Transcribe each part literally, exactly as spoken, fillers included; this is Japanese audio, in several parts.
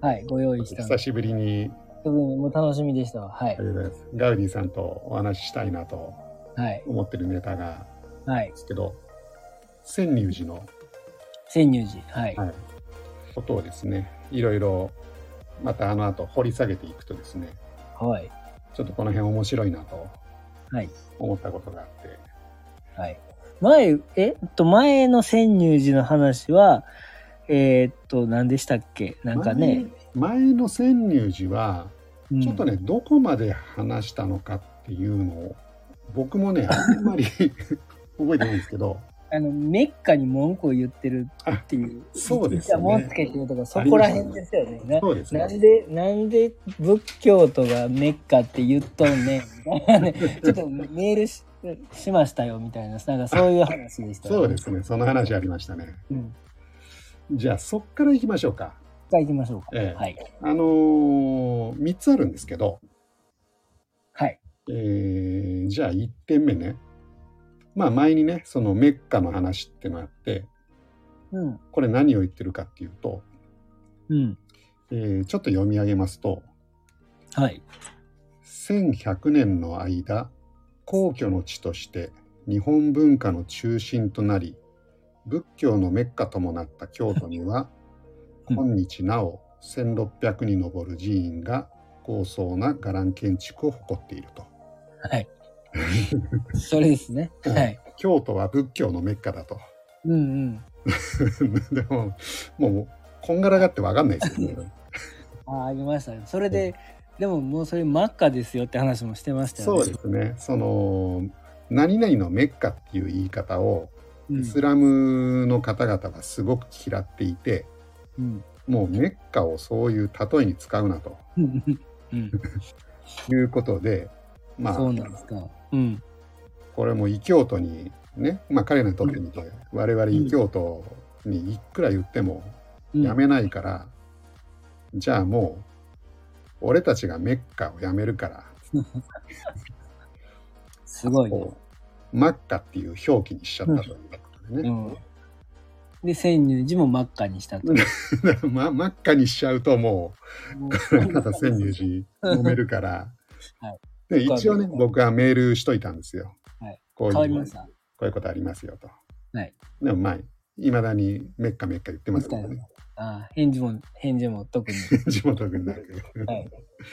はい、ご用意したので。 久しぶりに。 もう楽しみでしたわ。はい。 ありがとうございます。ガウディさんとお話ししたいなと思ってるネタが、はい、ですけど、泉入寺の泉入寺、はい、はい、 ことをですね、いろいろまたあの後掘り下げていくとですね、はい、ちょっとこの辺面白いなと思ったことがあって、はい、 前えっと前の泉入寺の話はえー、っと何でしたっけ、なんかね、 前, 前の泉入寺はちょっとね、うん、どこまで話したのかっていうのを僕もねあんまり覚えてないんですけど。 あのメッカに文句を言ってるっていう、 そうですね。 もつけてるとかそこら辺ですよね。ね、 そうですね。 なんでなんで仏教徒がメッカって言っとんねんみたいなね。ちょっとメール し, しましたよみたいな、なんかそういう話でしたね。そうですね。その話ありましたね。うん、じゃあそっから行きましょうか。 そっから行きましょうか。 えー、 はい。 あのー、みっつあるんですけど。 はい。 えー、じゃあいってんめね。まあ前にね、そのメッカの話ってのがあって、うん、これ何を言ってるかっていうと、うんえー、ちょっと読み上げますと、はい、せんひゃくねんの間、皇居の地として日本文化の中心となり、仏教のメッカともなった京都には、うん、今日なおせんろっぴゃくに上る寺院が高層な伽藍建築を誇っていると。 はい。それですね。はい。 京都は仏教のメッカだと。うんうん。でももうこんがらがって分かんないですよね。 あありましたね。それで、うん、でももうそれマッカですよって話もしてましたよね。そうですね。その何々のメッカっていう言い方を、イスラムの方々はすごく嫌っていて、うん、もうメッカをそういう例えに使うなと、うん、いうことで、まあそうなんですか。うん、 これも異教徒にね、まあ彼らにとってみて、うん、我々異教徒にいくら言ってもやめないから、うん、じゃあもう俺たちがメッカをやめるからすごいね。 マッカっていう表記にしちゃったということでね。うんうん、 で泉入寺もマッカにしたと。 ま、マッカにしちゃうともうまた泉入寺揉めるから、はい、で一応ね僕はメールしといたんですよ。はい、こういう変わりました。 こういうことありますよと。 はい、 でもまあいまだにメッカメッカ言ってますからね。 ああ返事も返事も特に返事も特にないけど。はい、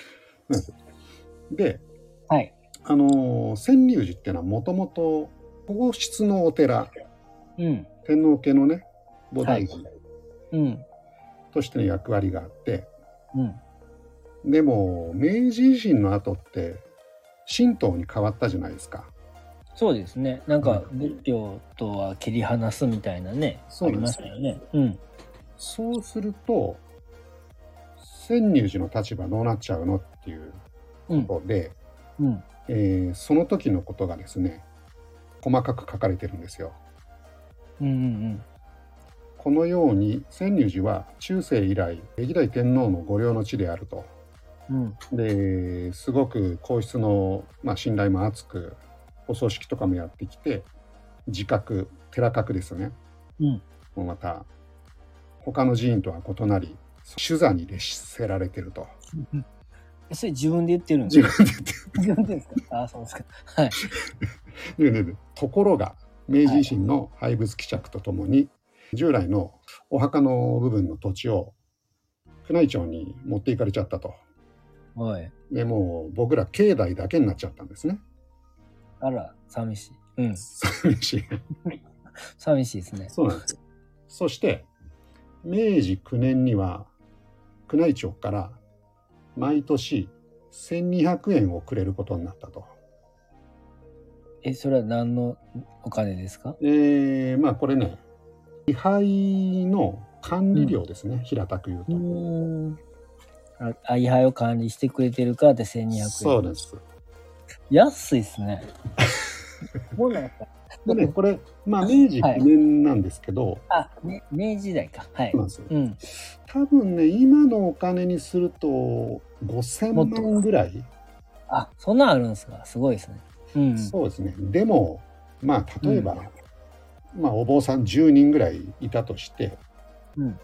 で、 はい、 あの泉入寺っていうのはもともと皇室のお寺、うん、天皇家のね菩提寺、はいうん、としての役割があって、うん、でも明治維新の後って神道に変わったじゃないですか。 そうですね。なんか仏教とは切り離すみたいなね、うん、ありましたよね。うん。 そうすると泉入寺の立場どうなっちゃうのっていうことで、うんうんえー、その時のことがですね細かく書かれてるんですよ。うんうんうん、このように泉入寺は中世以来歴代天皇の御陵の地であると、うん、ですごく皇室の、まあ、信頼も厚くお葬式とかもやってきて寺閣寺閣ですね、うん、もまた他の寺院とは異なり主座に列せられてると。 それ自分で言ってるんですか？ 自分で言ってる。 自分でですか？ああそうですか。はい。 でね、ところが明治維新の廃仏毀釈とともに、はい、従来のお墓の部分の土地を宮内庁に持っていかれちゃったと。はい。でもう僕ら境内だけになっちゃったんですね。 あら寂しい。うん。 寂しい。 寂しいですね。 そうなんです。そして明治くねんには宮内庁から毎年せんにひゃくえんをくれることになったと。 え、それは何のお金ですか？ えー、まあこれね、位牌の管理料ですね、うん、平たく言うと。うーんあ、位牌を管理してくれてるからってせんにひゃくえん。 そうです。 安いですね。 そうなんですか。でね、これ、まあ明治くねんなんですけど、 はい、あ、ね、明治時代か。はい。 そうなんですよ。うん、多分ね、今のお金にするとごせんまんぐらい。 あ、そんなんあるんですか。すごいですね。うん、 そうですね。でも、まあ例えば、うん、まあお坊さんじゅうにんぐらいいたとして、うん、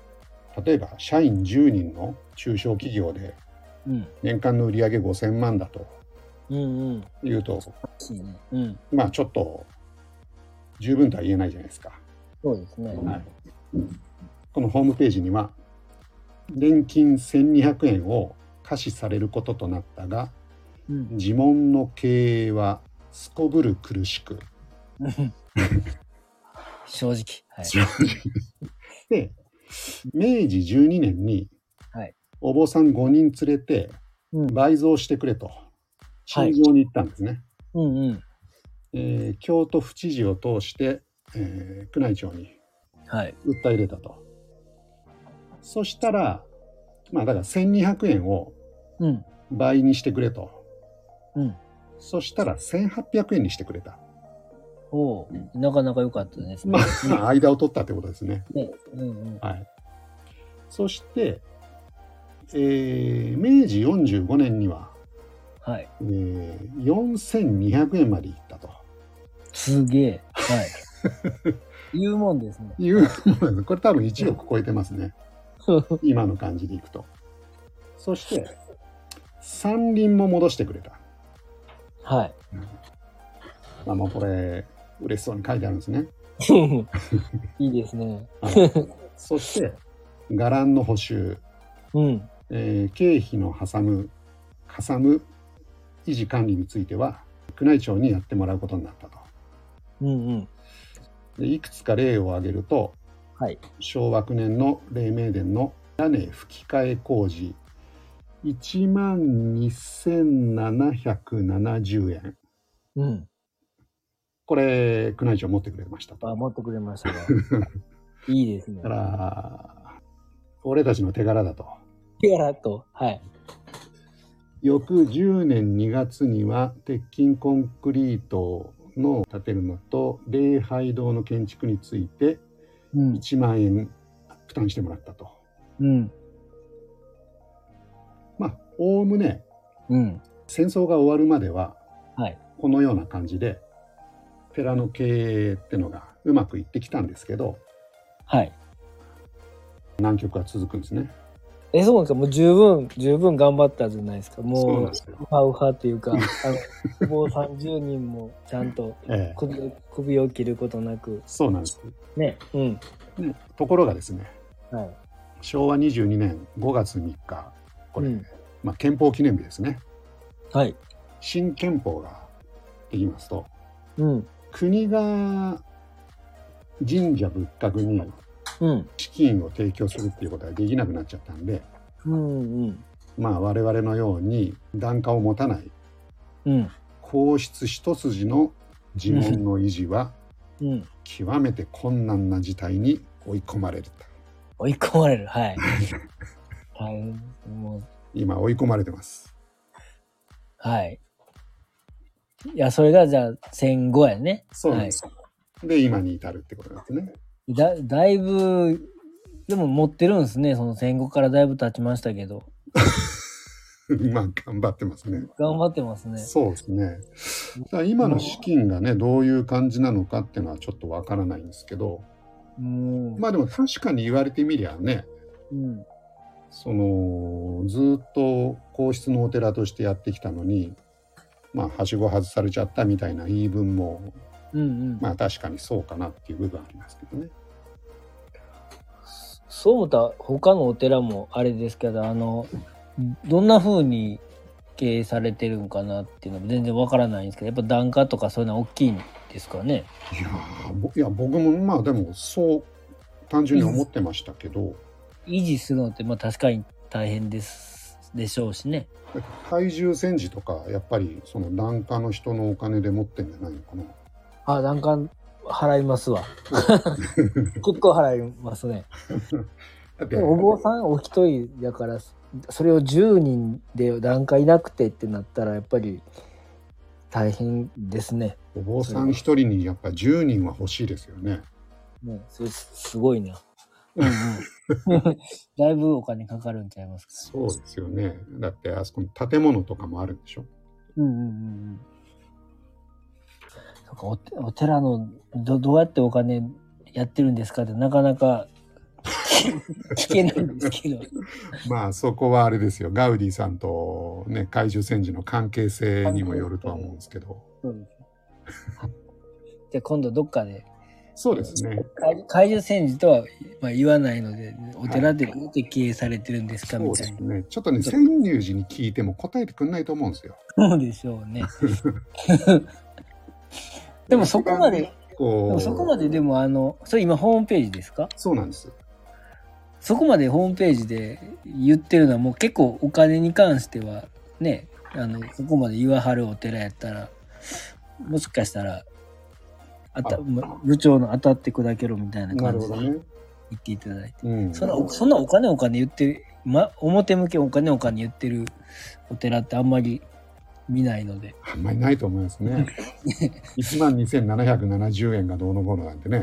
例えば社員じゅうにんの中小企業で年間の売上ごせんまんだというと、うんうん、まあちょっと十分とは言えないじゃないですか。 そうですね、はい、 このホームページには年金せんにひゃくえんを可視されることとなったが、うん、自問の経営はすこぶる苦しく正直、はい、 正直でめいじじゅうにねんにお坊さんごにん連れて倍増してくれと陳情に行ったんですね、はいうんうんえー、京都府知事を通して、えー、宮内庁に訴え入れたと、はい、そしたらまあだからせんにひゃくえんを倍にしてくれと、うん、そしたらせんはっぴゃくえんにしてくれた。 おなかなか良かったですね。 まあ間を取ったってことですね。ねうんうんはい、そして、えー、めいじよんじゅうごねんには、はいえー、よんせんにひゃくえんまでいったと。 すげえ。はい。言うもんですね。 言うもんです。これ多分いちおく超えてますね。今の感じでいくと。そして山林も戻してくれた。はい。うん、まあもうこれ嬉しそうに書いてあるんですね。 いいですね。 そして伽藍の補修、うんえー、経費の挟むかさむ維持管理については宮内庁にやってもらうことになったと。うんうん、でいくつか例を挙げると、はい、昭和きゅうねんの黎明殿の屋根吹き替え工事いちまんにせんななひゃくななじゅうえん、うん、これ宮内庁持ってくれましたと。 あ持ってくれましたかいいですね。 だから俺たちの手柄だと。 手柄とはい翌じゅうねんにがつには鉄筋コンクリートの建てるのと礼拝堂の建築についていちまんえん負担してもらったと、うん、まあおおむね、うん、戦争が終わるまでは、はい、このような感じで寺の経営ってのがうまくいってきたんですけど、はい、難局が続くんですね。 え、そうなんですか。もう十分、十分頑張ったじゃないですか。もう、ウハウハっていうか、あの、もうさんじゅうにんもちゃんと首を、ええ、首を切ることなく。 そうなんです。 ね、うん。 ね、ところがですね、はい、しょうわにじゅうにねんごがつみっか、これ、うん、まあ、憲法記念日ですね。はい。新憲法ができますと、うん、国が神社仏閣に資金を提供するっていうことができなくなっちゃったんで、うんうん、まあ我々のように檀家を持たない、うん、皇室一筋の呪文の維持は極めて困難な事態に追い込まれると。 追い込まれる、はい。はい、 もう今追い込まれてます。 はい。いやそれがじゃあ戦後やね。 そうです。はい、で今に至るってことなんですね。 だ, だいぶでも持ってるんですね。その戦後からだいぶ経ちましたけどまあ頑張ってますね。 頑張ってますね。 そうですね。だから今の資金がねどういう感じなのかっていうのはちょっとわからないんですけど、うんまあでも確かに言われてみりゃね、うん、そのずっと皇室のお寺としてやってきたのにまあはしご外されちゃったみたいな言い分も、うんうん、まあ確かにそうかなっていう部分ありますけどね。 そう思ったら他のお寺もあれですけど、あのどんな風に経営されてるんかなっていうのも全然わからないんですけど、やっぱ檀家とかそういうのは大きいんですかね。 いやいや僕もまあでもそう単純に思ってましたけど、 維持するのってまあ確かに大変ですでしょうしね。 懐柔戦時とかやっぱりその檀家の人のお金で持ってんじゃないのかな。 あ、檀家払いますわ結構払いますねお坊さんお一人だからそれをじゅうにんで檀家いなくてってなったらやっぱり大変ですね。 お坊さん一人にやっぱじゅうにんは欲しいですよね。 ね、それすごいなうん、うん、だいぶお金かかるんちゃいますか。 そうですよね。だってあそこの建物とかもあるんでしょ。うんうんうんうんお, お寺の ど, どうやってお金やってるんですかってなかなか聞けないんですけど。 まあそこはあれですよ、ガウディさんとね、怪獣戦時の関係性にもよるとは思うんですけど。 そうです。じゃあ今度どっかで。 そうですね。 怪獣戦時とは、まあ、言わないので、お寺でどうやって経営されてるんですか、はい、みたいな。 そうですね。ちょっとね、潜入時に聞いても答えてくんないと思うんですよ。 そうでしょうね。でもそこまで、でもそこまででもあの、それ今ホームページですか？ そうなんです。 そこまでホームページで言ってるのはもう結構お金に関してはね、あの、そこまで言わはるお寺やったら、もしかしたら、あた部長の当たって砕けろみたいな感じで言っていただいて、ね、うん、そんなそんなお金お金言ってる、ま、表向きお金お金言ってるお寺ってあんまり見ないので、 あんまりないと思いますね。いちまんにせんななひゃくななじゅうえんがどうのこうのなんてね。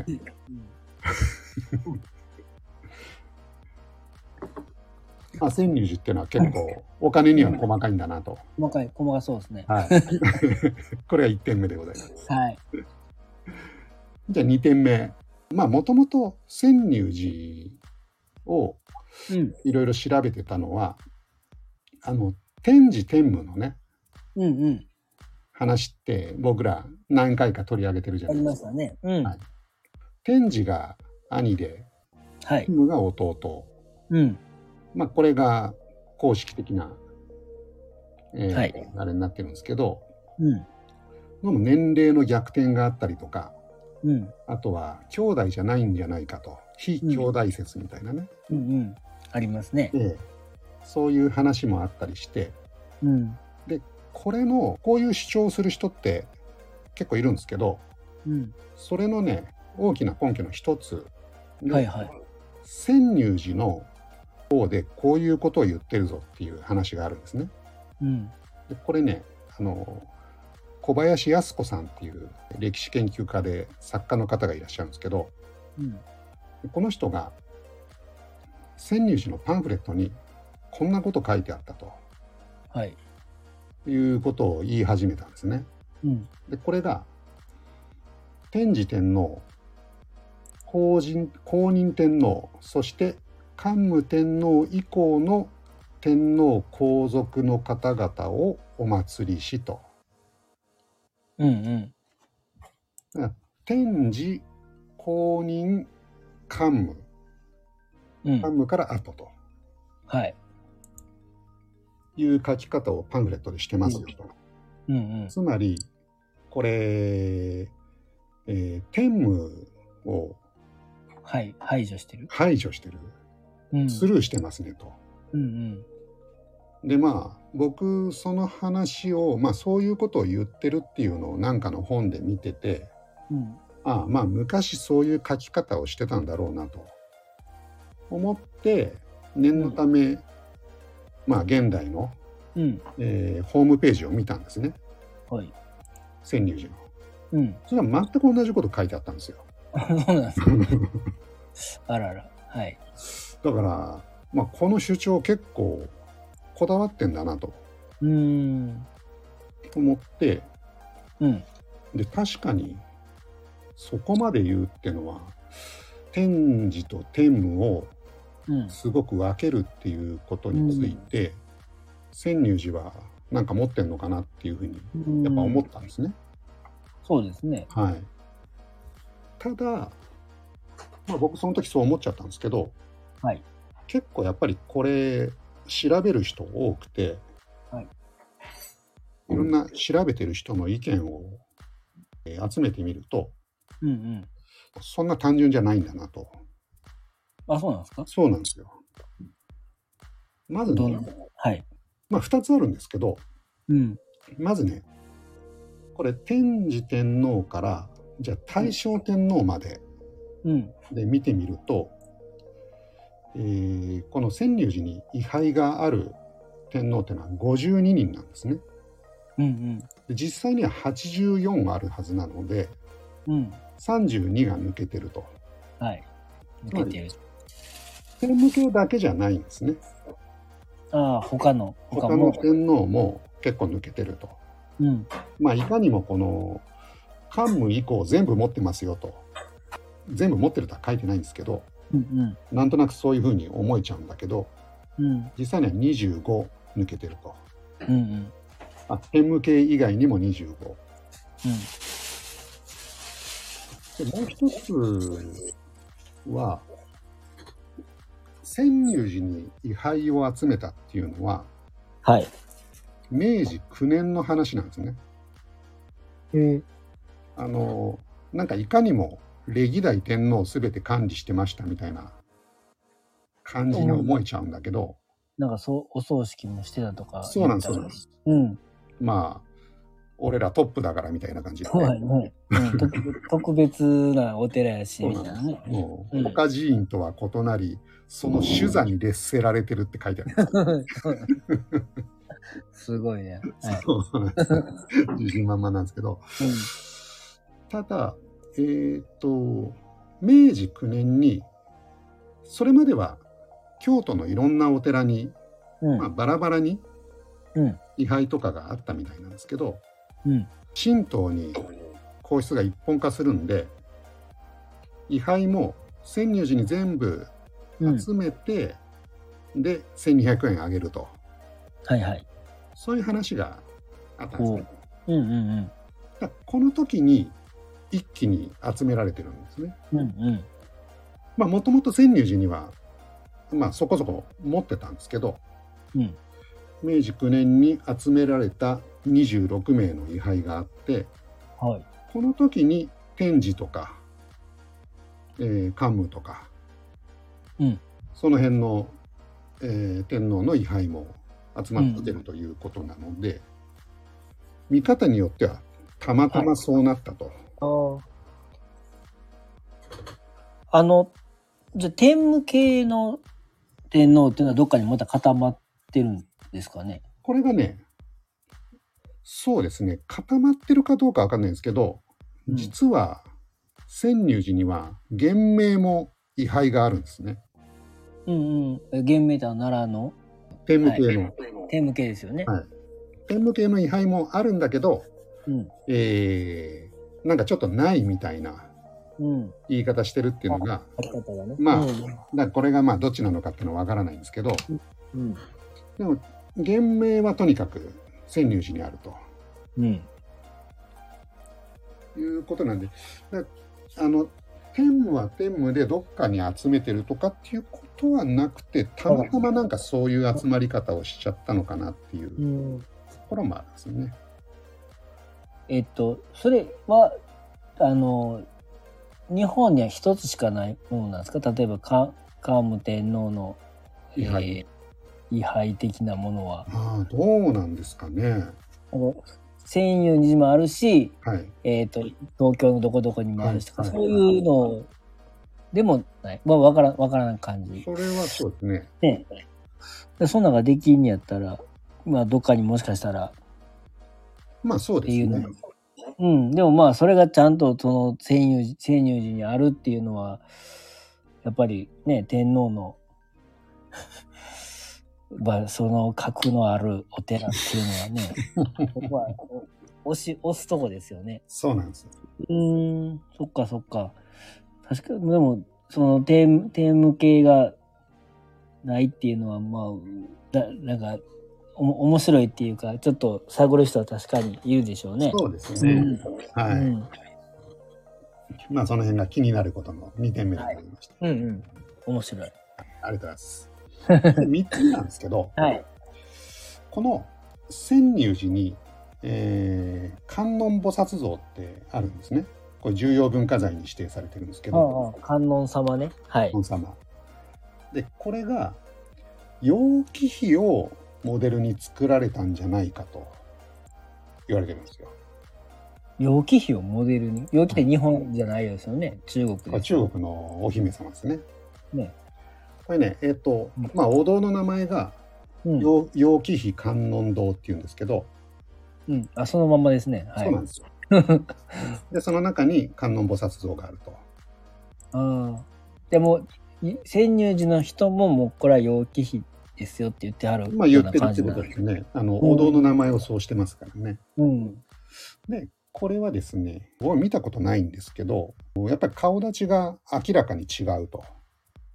まあ、潜入時っていうのは結構お金には細かいんだなと。 細かい、細かそうですね。 はい。これがいってんめでございます。 はい。 じゃあにてんめ。まあもともと潜入時をいろいろ調べてたのは、うん、あの天智天武のね、 うんうん、 話って僕ら何回か取り上げてるじゃないですか。 ありましたね。うん、はい、 天智が兄で、 はい、 天武が弟。 うん、 まあこれが公式的な、えーはい、あれになってるんですけど、うん、年齢の逆転があったりとか、うん、あとは兄弟じゃないんじゃないかと、非兄弟説みたいなね、 うんうんうん、ありますね、 でそういう話もあったりして、うん、でこれのこういう主張をする人って結構いるんですけど、うん、それのね大きな根拠の一つが、はいはい、潜入時の方でこういうことを言ってるぞっていう話があるんですね、うん、でこれねあの小林靖子さんっていう歴史研究家で作家の方がいらっしゃるんですけど、うん、この人が潜入時のパンフレットにこんなこと書いてあったと、はい、いうことを言い始めたんですね。うん、でこれが天智天皇、後仁、後仁天皇、そして桓武天皇以降の天皇皇族の方々をお祭りしと。うんうん、天智、後仁、桓武、桓武から後と、はい、いう書き方をパンフレットでしてますよと。うんうん、つまりこれ、えー、天武を、 はい、排除してる排除してる、うん、スルーしてますねと。うんうんでまあ僕その話を、まあ、そういうことを言ってるっていうのを何かの本で見てて、うん、ああまあ昔そういう書き方をしてたんだろうなと思って念のため、うん、まあ現代の、うんえー、ホームページを見たんですね、はい、潜入時の、うん、それは全く同じこと書いてあったんですよ。 そうなんですかあらら、はい、 だから、まあ、この主張結構こだわってんだなとうん思って、うん、で確かにそこまで言うってのは天智と天武をすごく分けるっていうことについて、うん、潜入時はなんか持ってんのかなっていうふうにやっぱ思ったんですね。 そうですね。 はい。ただ、まあ、僕その時そう思っちゃったんですけど、はい、結構やっぱりこれ調べる人多くて、はい、いろんな調べてる人の意見を集めてみると、うんうん、そんな単純じゃないんだなと。 あ、そうなんですか？ そうなんですよ。まずね、はい、まあふたつあるんですけど、うん、まずね、これ天智天皇からじゃあ大正天皇までで見てみると、えー、この潜入時に位牌がある天皇っていうのはごじゅうににんなんですね。うんうん、で実際にははちじゅうよんあるはずなので、うん、さんじゅうにが抜けてると。はい。抜けてる。天武系だけじゃないんですね。 ああ、他の他の天皇も結構抜けてると。うん、まあいかにもこの桓武以降全部持ってますよと。全部持ってるとは書いてないんですけど。 うんうん、 なんとなくそういうふうに思えちゃうんだけど、 うん、 実際にはにじゅうご抜けてると。 うんうん、 あ、天務系以外にもにじゅうご。 うん、 でもう一つは、潜入時に位牌を集めたっていうのは、 はい。 めいじくねんの話なんですね。 えー、 あの、なんかいかにも歴代天皇すべて管理してましたみたいな感じに思えちゃうんだけど、 なんかそうお葬式もしてたとかそうなんです、そうなんです。 うん。 まあ、俺らトップだからみたいな感じで、ね。 そうやね。うん、特特別なお寺やし、みたいなね。 もう、他寺院とは異なり、その主座に列せられてるって書いてあるんです。 すごいね。 そうなんです。自信満々なんですけど。うん、ただ、えっ、ー、と、めいじくねんに、それまでは京都のいろんなお寺に、うん、まあ、バラバラに位牌とかがあったみたいなんですけど、うん、神道に皇室が一本化するんで、位牌も潜入時に全部集めて、うん、でせんにひゃくえんあげると、はいはい、そういう話があったんですね。うんうんうん、だこの時に一気に集められてるんですね。うんうん、まあもともと潜入時にはまあそこそこ持ってたんですけど、うん、めいじくねんに集められたにじゅうろくめいの位牌があって、はい、この時に天智とか、えー、桓武とか、うん、その辺の、えー、天皇の位牌も集まってきてるということなので、うん、見方によってはたまたまそうなったと。はい、 ああのじゃあ天武系の天皇っていうのはどっかにまた固まってるんですかね。 これがね、そうですね、固まってるかどうかわかんないんですけど、うん、実は潜入時には元名も位牌があるんですね。 うんうん。元名って奈良の天武系の、はい、 天武系ですよね。はい、 天武系の位牌もあるんだけど、うん、えー、なんかちょっとないみたいな言い方してるっていうのが、うん、ね、まあ、うん、だからこれがまあどっちなのかっていうのはわからないんですけど、うん、でも元名はとにかく潜入時にあると、うん、いうことなんで、あの天武は天武でどっかに集めてるとかっていうことはなくて、たまたまなんかそういう集まり方をしちゃったのかなっていうところもあるんですよね。 えっとそれはあの日本には一つしかないものなんですか？例えば桓武天皇の位牌、えー、位牌的なものは。 ああ、どうなんですかね。 あの潜入にもあるし、はい、えっと東京のどこどこにもあるしとか、はい、そういうのでもない。まあ、わからん、わからない感じ。 それはそうですね。 ね。でそんなのができんやったら、まあ、どっかにもしかしたら。 まあ、そうですね。 うん。でもまあ、それがちゃんと、その、潜入、潜入時にあるっていうのは、やっぱりね、天皇の、まあ、その格のあるお寺っていうのはね、ここは押し、押すとこですよね。 そうなんですよ。 うーん、そっかそっか。確かに、でも、その天、天武系がないっていうのは、まあ、だなんか、お面白いっていうか、ちょっと探る人は確かにいるでしょうね。 そうですね。うん、はい、うん。まあ、その辺が気になることのにてんめでございました。 はい、うんうん。面白い。 ありがとうございます。みっつめなんですけど、はい、この潜入時に、えー、観音菩薩像ってあるんですね。これ重要文化財に指定されてるんですけど、 ああ、観音様ね。はい。 観音様。で、これが楊貴妃をモデルに作られたんじゃないかと言われてるんですよ。 楊貴妃をモデルに？楊貴妃って日本じゃないですよね。中国です。 中国のお姫様ですね。ね。これね、えっと、うん、まあお堂の名前が楊、うん、貴妃観音堂っていうんですけど、 うん、あ、そのまんまですね。 はい、そうなんですよ。で、その中に観音菩薩像があると。 ああ、でも潜入時の人ももうこれは楊貴妃ですよって言ってはる。 まあ言ってるってことですね。あの、お堂の名前をそうしてますからね。うん。で、これはですね、僕は見たことないんですけど、やっぱり顔立ちが明らかに違うと。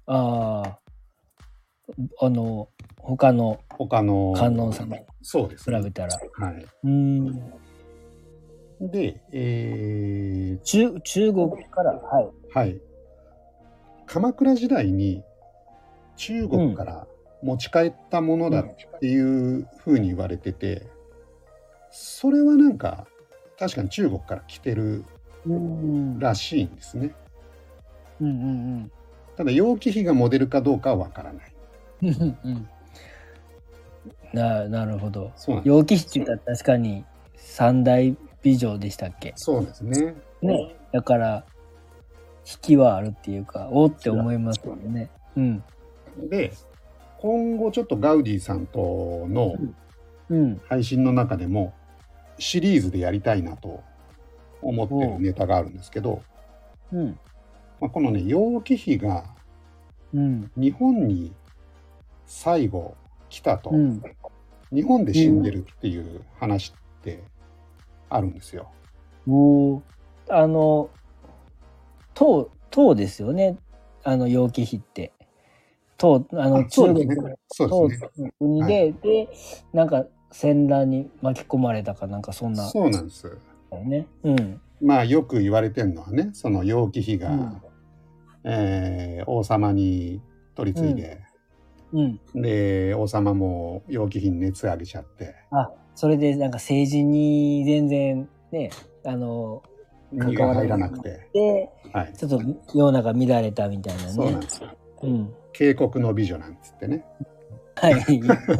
ああ、あの他の他の観音様そうです、 ね、比べたら、 はい。 うん。 で、えー、 中中国からはいはい。鎌倉時代に中国から持ち帰ったものだっていうふうに言われてて、うん、それはなんか確かに中国から来てるらしいんですね。 うんうんうん、 ただ楊貴妃がモデルかどうかはわからない。 うん、な, なるほど。楊貴妃って言ったら確かに三大美女でしたっけ。 そうですね。 ね、だから引きはあるっていうか、おって思いますよね。うん。 で、今後ちょっとガウディさんとの配信の中でもシリーズでやりたいなと思ってるネタがあるんですけど、うん、まあ、このね楊貴妃が日本に最後来たと、うん、日本で死んでるっていう話ってあるんですよ。 おあの唐唐ですよね、あの楊貴妃って唐あの中国の唐の国で、はい、でなんか戦乱に巻き込まれたかなんかそんな。 そうなんですよね。うん。 まあよく言われてるのはね、その楊貴妃が、うんえー、王様に取り継いで、うんうん、で王様も楊貴妃に熱上げちゃって、 あそれでなんか政治に全然ねあの身が入らなくて、 で、はい、ちょっと世の中乱れたみたいなね。 そうなんですよ。うん、渓谷の美女なんつってね。 はい。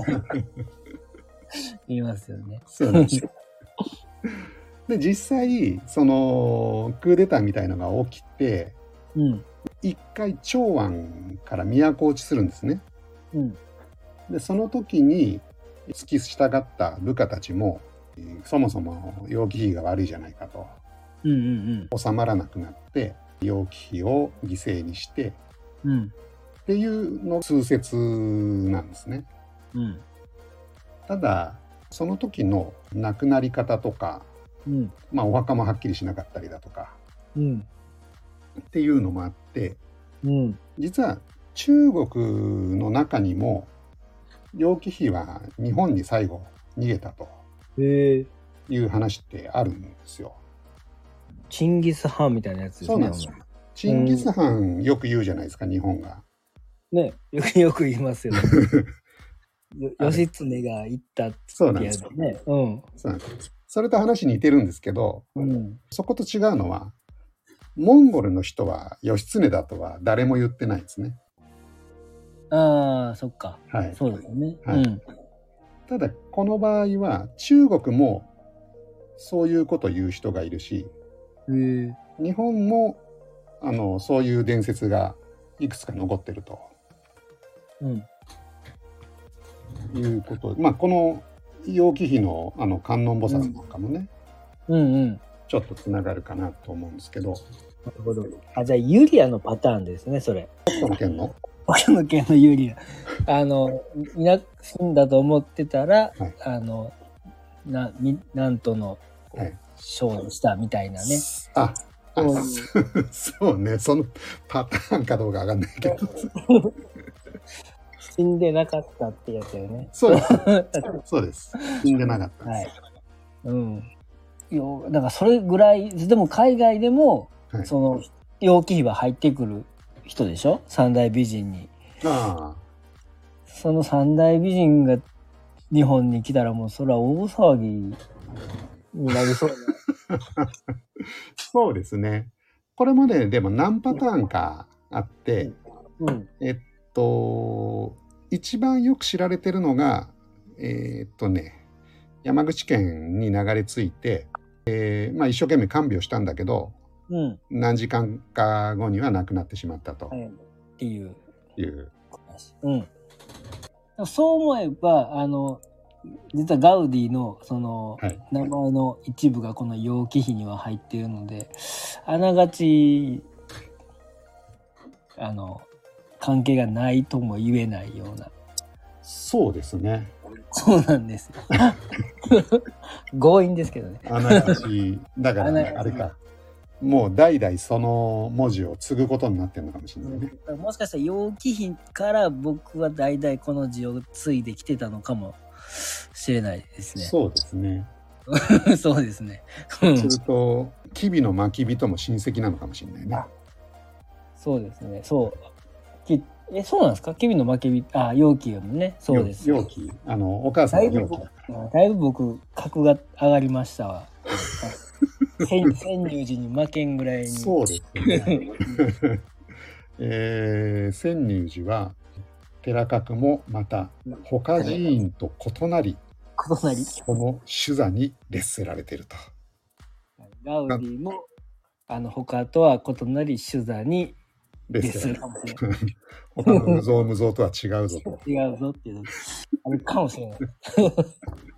言いますよね。 そうなんですよ。で実際そのクーデターみたいのが起きて、うん、一回長安から都落ちするんですね。うん、でその時に付き従った部下たちもそもそも楊貴妃が悪いじゃないかと、うんうんうん、収まらなくなって楊貴妃を犠牲にして、うん、っていうの通説なんですね。うん、ただその時の亡くなり方とか、うん、まあお墓もはっきりしなかったりだとか、うん、っていうのもあって、うん、実は中国の中にも楊貴妃は日本に最後逃げたという話ってあるんですよ。 チンギス・ハンみたいなやつですね。 そうなんですよ。チンギス・ハンよく言うじゃないですか、日本が。 ね、よくよく言いますよね。義経が言ったってやつね。うん。 そうなんです。それと話似てるんですけど、うん、そこと違うのは、モンゴルの人は義経だとは誰も言ってないですね。 ああ、そっか。はい。そうですね。はい。うん、 ただ、この場合は、中国もそういうことを言う人がいるし、へ日本もあのそういう伝説がいくつか残ってると。うん。いうことで、まあ、この楊貴妃のあの観音菩薩なんかもね、うん、うんうんちょっとつながるかなと思うんですけど。 なるほど。あ、じゃあユリアのパターンですね、それ。 北斗の拳の北斗の拳のユリア。あの、いな死んだと思ってたら、はい、あの、な、み、なんとの、勝利したみたいなね。 あ、あそうね、そのパターンかどうかわかんないけど。 死んでなかったってやつよね。 そうです。そうです。死んでなかったです。はい。 うん。よ、だからそれぐらい、でも海外でも、はい、その楊貴妃は入ってくる人でしょ、三大美人に。ああ。その三大美人が日本に来たらもうそれは大騒ぎになりそうな。 そうですね。これまででも何パターンかあって、うんうん、えっと一番よく知られてるのがえー、っとね山口県に流れ着いて、えーまあ、一生懸命看病したんだけど、うん、何時間か後には亡くなってしまったと、はい、 っていういう、 うん、そう思えばあの実はガウディのその、はい、名前の一部がこの楊貴妃には入っているので、あながちあの関係がないとも言えないような。 そうですね。 そうなんですよ。強引ですけどね。 あながちだからあれか。 もう代々その文字を継ぐことになってるのかもしれないね。 もしかしたら楊貴妃から僕は代々この字を継いできてたのかもしれないですね。 そうですね。 そうですね。 そうすると吉備の真備とも親戚なのかもしれないね。 そうですね。そうきえそうなんですか。吉備の真備、あ楊貴もね。そうです。 楊貴、あのお母さんの楊貴だから。 だいぶ僕格が上がりましたわ。千入寺に負けんぐらいに。 そうですね。えー、千入寺は寺格もまた他寺院と異なり、 異なりその主座に列せられていると。 ガウディもあの他とは異なり主座に列するかもしれない。 他の無造無造とは違うぞと。 違うぞっていうのあるかもしれない。